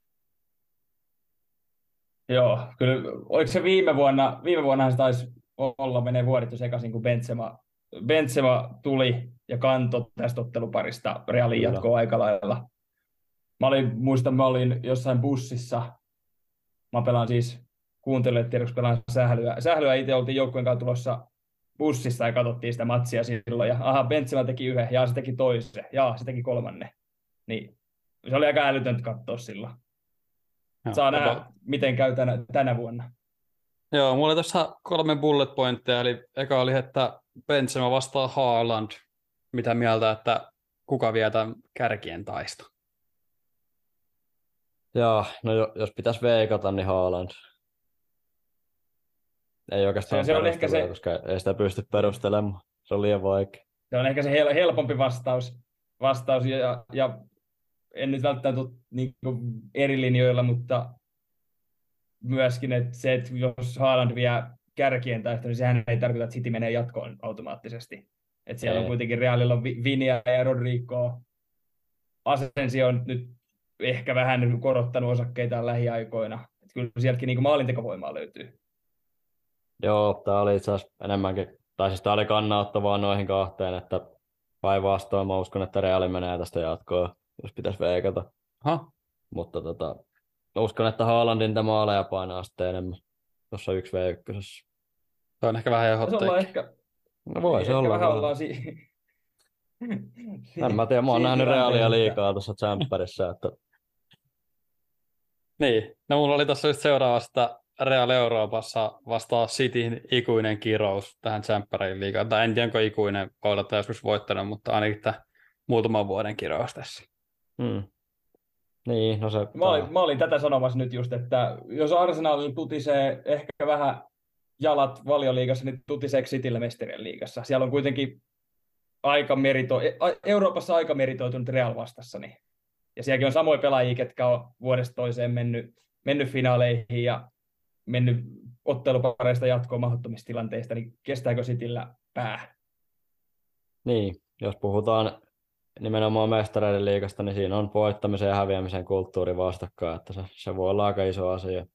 Joo, kyllä oliko se viime vuonnahan se taisi olla, menee vuodet jo sekaisin, kun Benzema tuli ja kantoi tästä otteluparista Realin jatkoa aika lailla. Muistan, mä olin jossain bussissa, mä pelaan siis, kuuntelijoille tiedoksi pelaan sählyä itse oltiin joukkueen kanssa tulossa bussissa ja katsottiin sitä matsia silloin, ja Benzema teki yhden, ja se teki toisen, ja se teki 3. Niin se oli aika älytöntä katsoa silloin. Saa nähdä, miten käy tänä vuonna. Joo, mulla oli tässä 3 bullet pointteja, eli eka oli, että Benzema vastaa Haaland. Mitä mieltä, että kuka vie tämän kärkien taisto? Joo, no jos pitäisi veikata, niin Haaland. Ei oikeastaan se on ehkä se, koska ei sitä pysty perustelemaan. Se on liian vaikea. Se on ehkä se helpompi vastaus ja en nyt välttämättä niin eri linjoilla, mutta myöskin että se, että jos Haaland vie kärkien taista, niin sehän ei tarkoita, että City menee jatkoon automaattisesti. Että siellä on kuitenkin Realilla Vinia ja Rodrigo. Asensio on nyt ehkä vähän korottanut osakkeitaan lähiaikoina. Että kyllä sieltäkin niin maalintekovoimaa löytyy. Joo, tämä oli itse asiassa enemmänkin, tai siis tämä oli kannauttavaa noihin kahteen, että päinvastoin mä uskon, että Reali menee tästä jatkoon, jos pitäisi veikata. Aha. Mutta uskon, että Haalandin tämä maaleja painaa sitten enemmän tuossa 1v1. Se on ehkä vähän jo hotteikki. No voi se olla. En mä tiedä, mä oon nähnyt Realia liikaa tuossa Tsemppärissä. Että... Niin, no mulla oli tuossa just seuraavasta Real Euroopassa vastaa Cityn ikuinen kirous tähän Tsemppäriin liigaan. Tai en tiedä, onko ikuinen, voi olla joskus voittanut, mutta ainakin tämä muutaman vuoden kirous tässä. Niin, no se... Mä olin tätä sanomassa nyt just, että jos Arsenal tutisee ehkä vähän jalat Valioliigassa, niin tutiseeko Cityllä Mestarien liigassa? Siellä on kuitenkin Euroopassa aika meritoitunut Real vastassani. Ja sielläkin on samoja pelaajia, ketkä on vuodesta toiseen mennyt finaaleihin ja mennyt ottelupareista jatkoon mahdottomista tilanteista, niin kestääkö Cityllä pää? Niin, jos puhutaan nimenomaan Mestareiden liigasta, niin siinä on voittamisen ja häviämisen kulttuuri vastakkain, että se voi olla aika iso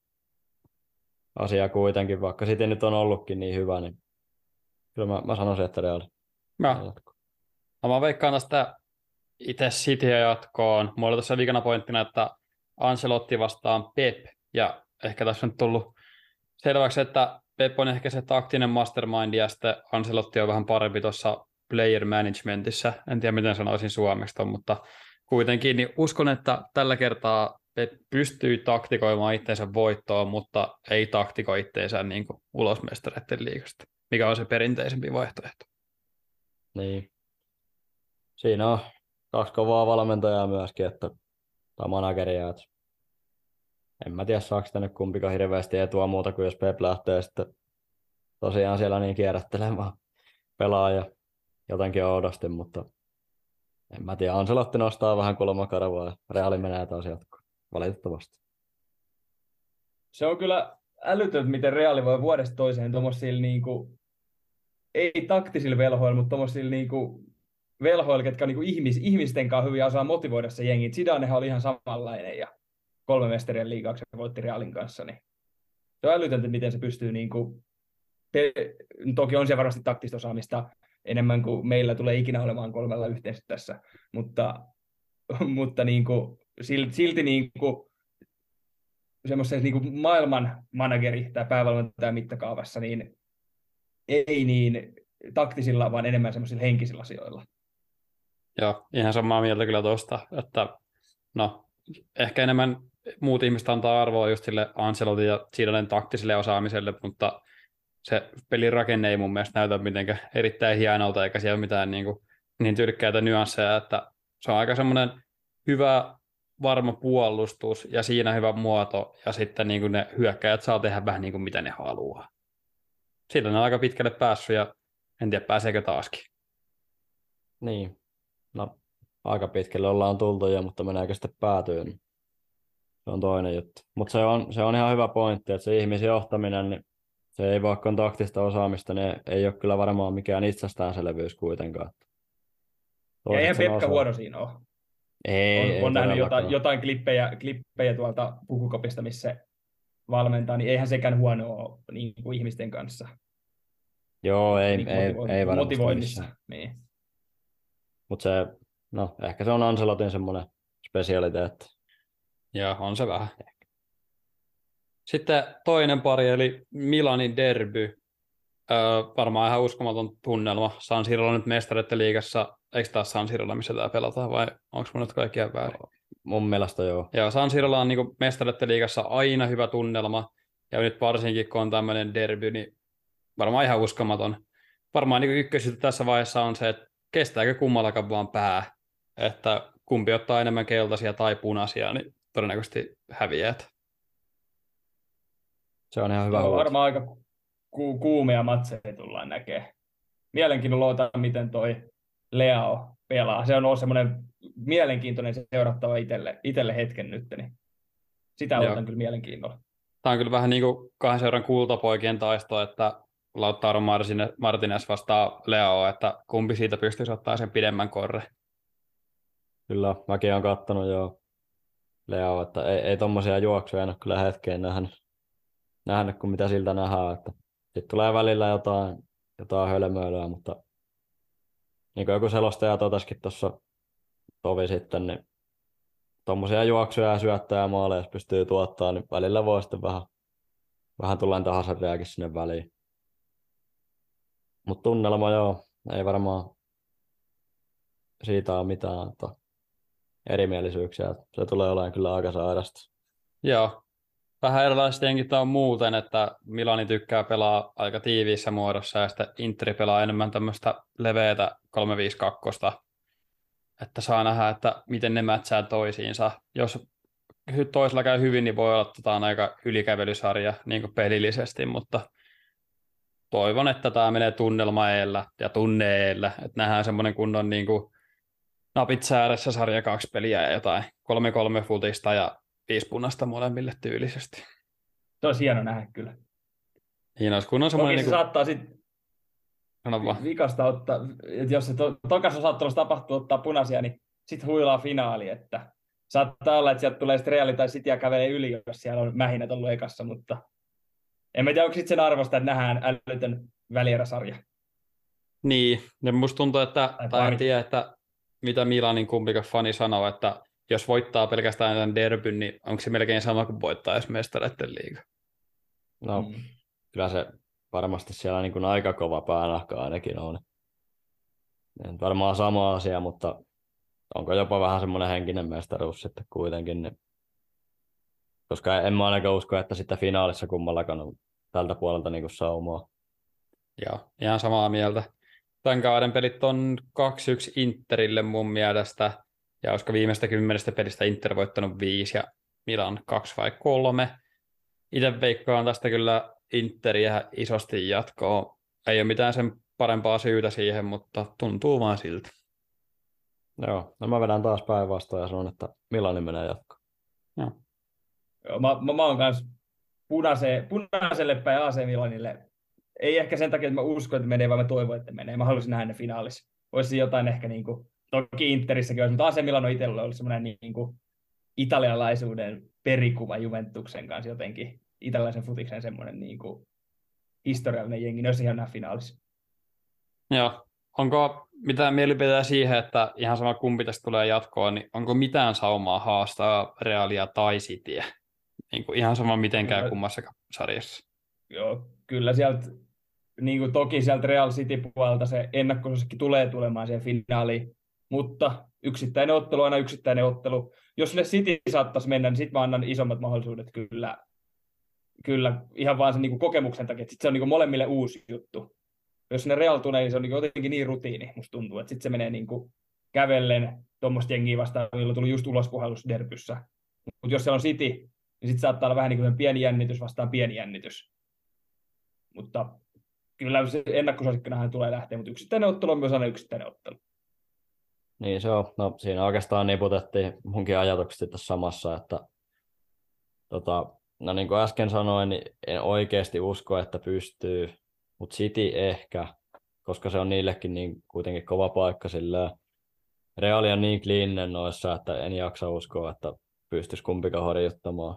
asia kuitenkin, vaikka City nyt on ollutkin niin hyvä, niin kyllä mä sanoisin, että Real jatkuu. No mä veikkaan tästä itse Cityä jatkoon. Mulla oli tuossa vikana pointtina, että Ancelotti vastaan Pep, ja ehkä tässä on tullut selväksi, että Pep on ehkä se taktinen mastermind, ja sitten Ancelotti on vähän parempi tuossa player managementissa. En tiedä, miten sanoisin suomeksi, mutta kuitenkin niin uskon, että tällä kertaa Pep pystyy taktikoimaan itseensä voittoon, mutta ei taktikoi itseensä niin kuin ulos Mestareiden liigasta, mikä on se perinteisempi vaihtoehto. Niin. Siinä on 2 kovaa valmentajaa myöskin, tai manageria. Että en mä tiedä, saako tänne kumpikaan hirveästi etua muuta kuin jos Pep lähtee sitten tosiaan siellä niin kierrättelemään pelaaja jotenkin oudosti, mutta en mä tiedä. Ancelotti nostaa vähän kulmakarvaa ja Reali menee taas jatkoon, valitettavasti. Se on kyllä älytöntä, miten Reali voi vuodesta toiseen tuommoisilla niinku, ei taktisilla velhoilla, mutta tuommoisilla niinku velhoilla, ketkä on niinku ihmisten kanssa hyvin osaa motivoida se jengi. Zidanehan oli ihan samanlainen ja 3 Mestarien liigaksi voitti Realin kanssa. Niin se on älytöntä, miten se pystyy, niinku, toki on siellä varmasti taktista osaamista enemmän kuin meillä tulee ikinä olemaan 3 yhteensä tässä, mutta niin kuin, silti niin kuin, semmoisen niin kuin maailman manageri tai päävalmentajan mittakaavassa, niin ei niin taktisilla, vaan enemmän semmoisilla henkisillä asioilla. Joo, ihan samaa mieltä kyllä tuosta, että no, ehkä enemmän muut ihmiset antaa arvoa just sille Ancelotin ja Zidanen taktiselle osaamiselle, mutta se pelin rakenne ei mun mielestä näytä mitenkään erittäin hienolta, eikä siellä ole mitään niin tyrkkäitä nyansseja, että se on aika semmoinen hyvä, varma puolustus ja siinä hyvä muoto, ja sitten niin kuin ne hyökkäjät saa tehdä vähän niin kuin mitä ne haluaa. Sillä ne on aika pitkälle päässyt, ja en tiedä pääseekö taaskin. Niin, no aika pitkälle ollaan tultu jo, mutta mennäänkö sitten päätyyn, niin se on toinen juttu. Mutta se on ihan hyvä pointti, että se ihmisjohtaminen, niin se ei vaikka on taktista osaamista, niin ei ole kyllä varmaan mikään itsestäänselvyys kuitenkaan. Ja eihän Pekka huono siinä ole. On nähnyt jotain klippejä tuolta pukukopista, missä valmentaa, niin eihän sekään huono ole niin kuin ihmisten kanssa. Joo, ei varmasti motivoinnissa. missään. Niin. Mutta ehkä se on Ancelotin semmoinen spesialiteetti. Ja on se vähän. Sitten toinen pari, eli Milanin derby. Varmaan ihan uskomaton tunnelma. San Sirolla nyt mestareiden liigassa. Eikö taas San Sirolla, missä tämä pelataan, vai onko mun nyt kaikkia väärin? Mun mielestä joo. Joo, San Sirolla on niin mestareiden liigassa aina hyvä tunnelma. Ja nyt varsinkin, kun on tämmöinen derby, niin varmaan ihan uskomaton. Varmaan niin ykkösyyttä tässä vaiheessa on se, että kestääkö kummallakaan vaan pää. Että kumpi ottaa enemmän keltaisia tai punaisia, niin todennäköisesti häviät. Se on ihan hyvä. Varmaan aika kuumia matseja tullaan näkemään. Mielenkiinnolla odotan, miten toi Leao pelaa. Se on semmoinen mielenkiintoinen seurattava itselle hetken nyt. Niin sitä odotan kyllä mielenkiinnolla. Tämä on kyllä vähän niin kuin 2 seuran kultapoikien taisto, että Lautaro Martinez vastaa Leao, että kumpi siitä pystyisi ottaa sen pidemmän korre. Kyllä, mäkin olen katsonut jo Leao, että ei tommosia juoksuja en ole kyllä hetkeen nähnyt kuin mitä siltä nähdään. Sitten tulee välillä jotain hölmöilyä, mutta niin kuin joku selostaja totesikin tuossa tovi sitten, niin tommosia juoksuja ja syöttöjä ja maaleja, jos pystyy tuottaa, niin välillä voi sitten vähän tullaan tahansa sinne väliin. Mutta tunnelma joo, ei varmaan siitä ole mitään erimielisyyksiä. Se tulee olemaan kyllä aika sairasta. Joo. Vähän erilaista jenkit on muuten, että Milani tykkää pelaa aika tiiviissä muodossa ja sitten Interi pelaa enemmän tämmöistä leveätä 3-5-2. Että saa nähdä, että miten ne mätsää toisiinsa. Jos toisella käy hyvin, niin voi olla, että tämä on aika ylikävelysarja niin kuin pelillisesti, mutta toivon, että tämä menee tunnelma-eellä ja tunne-eellä, että nähdään semmoinen kunnon niin kuin napit sääressä sarja 2 peliä ja jotain 3-3 futista ja 5 punaista molemmille tyylisesti. Se olisi hieno nähdä kyllä. Hieno, kun on semmoinen... Toki se saattaa sitten vikasta ottaa, että jos se tokassa osaattelussa tapahtuu ottaa punaisia, niin sitten huilaa finaali, että saattaa olla, että sieltä tulee sitten Reali tai City ja kävelee yli, jos siellä on mähinät ollut ekassa, mutta en tiedä, onko sitten sen arvosta, että nähdään älytön välieräsarja. Niin, ja musta tuntuu, että en tiedä, että mitä Milanin kumpikaan fani sanoo, että jos voittaa pelkästään tämän derbyn, niin onko se melkein sama kuin voittaa edes mestareiden liiga? No, kyllä se varmasti siellä niin kuin aika kova päänahka ainakin on. Varmaan sama asia, mutta onko jopa vähän semmoinen henkinen mestaruus sitten kuitenkin. Niin... Koska en mä ainakaan usko, että sitten finaalissa kummallakaan on tältä puolelta niin kuin saumaa. Joo, ihan samaa mieltä. Tämän kauden pelit on 2-1 Interille mun mielestä. Ja olisiko viimeistä 10 pelistä Inter voittanut 5 ja Milan 2 vai 3. Itse veikkaan tästä kyllä Interiä isosti jatkoon. Ei ole mitään sen parempaa syytä siihen, mutta tuntuu vaan siltä. Joo, no mä vedän taas päinvastoin ja sanon, että Milani menee jatkoon. Joo. Mä oon kanssa punaiselle päin AC Milanille. Ei ehkä sen takia, että mä uskon, että menee, vaan mä toivon, että menee. Mä haluaisin nähdä ne finaalissa. Olisi jotain ehkä niin kuin, toki Interissäkin olisi, mutta AC Milan on itsellä ollut semmoinen niin kuin italialaisuuden perikuva Juventuksen kanssa jotenkin. Italialaisen futiksen semmoinen niin kuin historiallinen jengi. Ne olisi ihan nähdä finaalissa. Joo, onko mitään mielipiteitä siihen, että ihan sama kumpi tästä tulee jatkoon, niin onko mitään saumaa haastaa Realia tai Cityä? Niin kuin ihan sama miten käy kummassakaan sarjassa. Joo, kyllä sieltä, niin kuin toki sieltä Real City-puolelta se ennakkosuosikki tulee tulemaan siihen finaaliin, mutta yksittäinen ottelu on aina yksittäinen ottelu. Jos sinne City saattaisi mennä, niin sitten mä annan isommat mahdollisuudet kyllä ihan vaan sen niin kuin kokemuksen takia, että sit se on niin kuin molemmille uusi juttu. Jos sinne Real tulee, niin se on niin jotenkin niin rutiini, musta tuntuu, että sitten se menee niin kuin kävellen tuommoista jengiä vastaan, joilla tuli just ulospuhallus derbyssä. Mutta jos siellä on City, niin sitten saattaa olla vähän niin kuin pieni jännitys vastaan pieni jännitys. Mutta kyllä se ennakkosuosikkinahan tulee lähteä, mutta yksittäinen ottelu on myös aina yksittäinen ottelu. Niin se on. No, siinä oikeastaan niputettiin munkin ajatukset tässä samassa, että no niin kuin äsken sanoin, niin en oikeasti usko, että pystyy, mutta City ehkä, koska se on niillekin niin kuitenkin kova paikka silleen. Real on niin kliininen noissa, että en jaksa uskoa, että pystyisi kumpikaan horjuttamaan.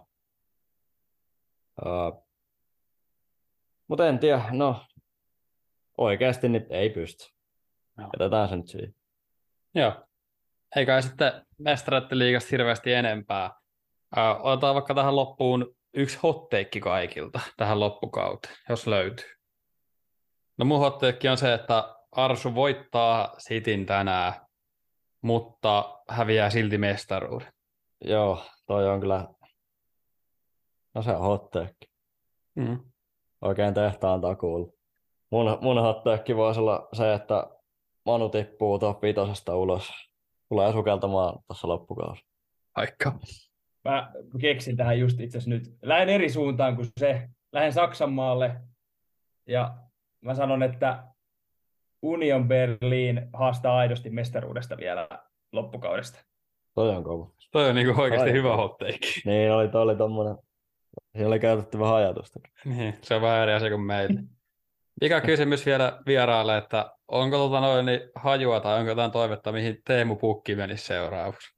Mutta en tiedä, no oikeasti nyt ei pysty. Jätetään se nyt siihen. Joo. Eikä sitten mestareiden liigasta hirveästi enempää. Otetaan vaikka tähän loppuun yksi hotteikki kaikilta tähän loppukauteen, jos löytyy. No mun hotteikki on se, että Arsu voittaa Cityn tänään, mutta häviää silti mestaruuden. Joo, toi on kyllä, no se on hotteikki. Oikein tehtaan takuulla. Mun hotteikki voisi olla se, että Manu tippuu top 5 ulos. Tulee sukeltamaan tuossa loppukausi. Aika. Mä keksin tähän just itse asiassa nyt. Lähden eri suuntaan kuin se. Lähden Saksanmaalle ja mä sanon, että Union Berlin haastaa aidosti mestaruudesta vielä loppukaudesta. Toi on kova. Toi on niinku oikeasti hyvä hotteikki. Niin, oli tommonen. Siinä oli käytetty vähän ajatusta. Niin, se on vähän eri asia kuin meille. Ikä kysymys vielä vieraalle, että onko hajua tai onko jotain toivetta, mihin Teemu Pukki menisi seuraavaksi?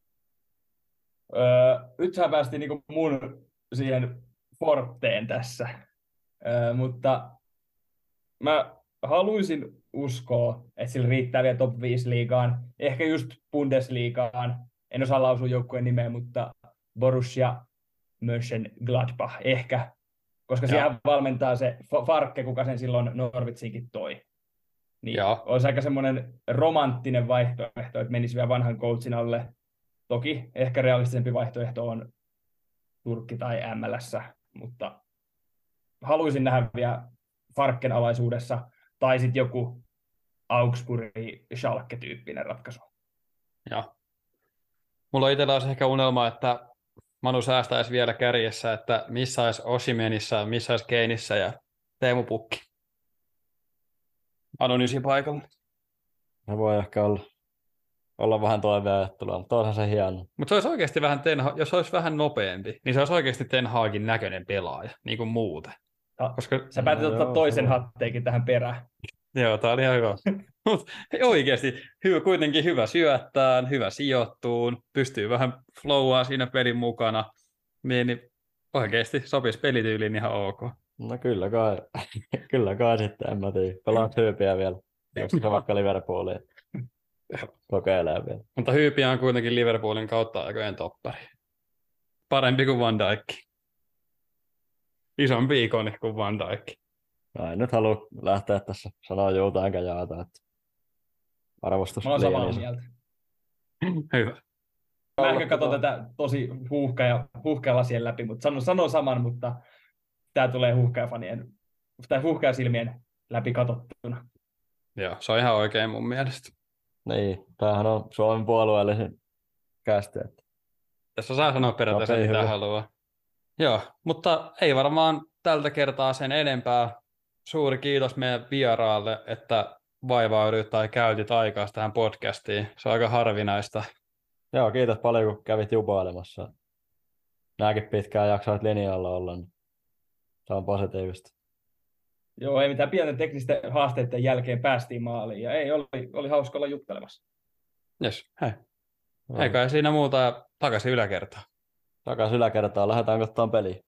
Nythän päästiin niin mun siihen forteen tässä, mutta mä haluaisin uskoa, että sillä riittää vielä top 5 liigaan, ehkä just Bundesliigaan, en osaa lausua joukkueen nimeä, mutta Borussia Mönchengladbach ehkä, koska siellä valmentaa se Farke, kuka sen silloin Norwitsiinkin toi. Niin olisi aika semmoinen romanttinen vaihtoehto, että menisi vielä vanhan coachin alle. Toki ehkä realistisempi vaihtoehto on Turkki tai MLS, mutta haluaisin nähdä vielä Farken alaisuudessa tai sitten joku Augsburg-Schalke-tyyppinen ratkaisu. Joo. Mulla itsellä olisi ehkä unelma, että Manu säästäisi vielä kärjessä, että missä olisi Osimhenissa, missä olisi Keinissä ja Teemu Pukki. Manu nysi paikalla. Se voi ehkä olla vähän toiveajattelua, mutta onhan se hieno. Mutta se olisi oikeasti vähän jos olisi vähän nopeampi, niin se olisi oikeasti Ten Hagin näköinen pelaaja, niin kuin muuten. Koska sä päätit ottaa toisen hatteikin tähän perään. Joo, tää oli ihan hyvä. Mutta oikeasti kuitenkin hyvä syöttään, hyvä sijoittuun, pystyy vähän flowaa siinä pelin mukana, niin oikeasti sopisi pelityyliin ihan ok. No kyllä kai sitten, en mä tiedä. Pelaat Hyypiä vielä, jos se vaikka Liverpoolia kokeilee vielä. Mutta Hyypiä on kuitenkin Liverpoolin kautta aikojen toppari. Parempi kuin Van Dijk. Isompi ikoni kuin Van Dijk. No, en nyt halua lähteä tässä sanoa juuta enkä jaata, että arvostus. Mä oon samaa mieltä. Hyvä. Mä ehkä katson tätä tosi huuhkajalasien läpi, mutta sanon saman, mutta tää tulee huuhkajasilmien läpi katsottuna. Joo, se on ihan oikein mun mielestä. Niin, tämähän on Suomen puolueellisen kästi. Tässä saa sanoa periaatteessa mitä haluaa. Joo, mutta ei varmaan tältä kertaa sen enempää. Suuri kiitos meidän vieraalle, että vaivauduit tai käytit aikaa tähän podcastiin. Se on aika harvinaista. Joo, kiitos paljon, kun kävit jupailemassa. Nääkin pitkään jaksoit linjalla olla, niin se on positiivista. Joo, ei mitään pienten teknisten haasteiden jälkeen päästiin maaliin ja oli hauska olla juttelemassa. Jes, hei. Eikä siinä muuta, takaisin yläkertaan. Lähdetään katsomaan peliä.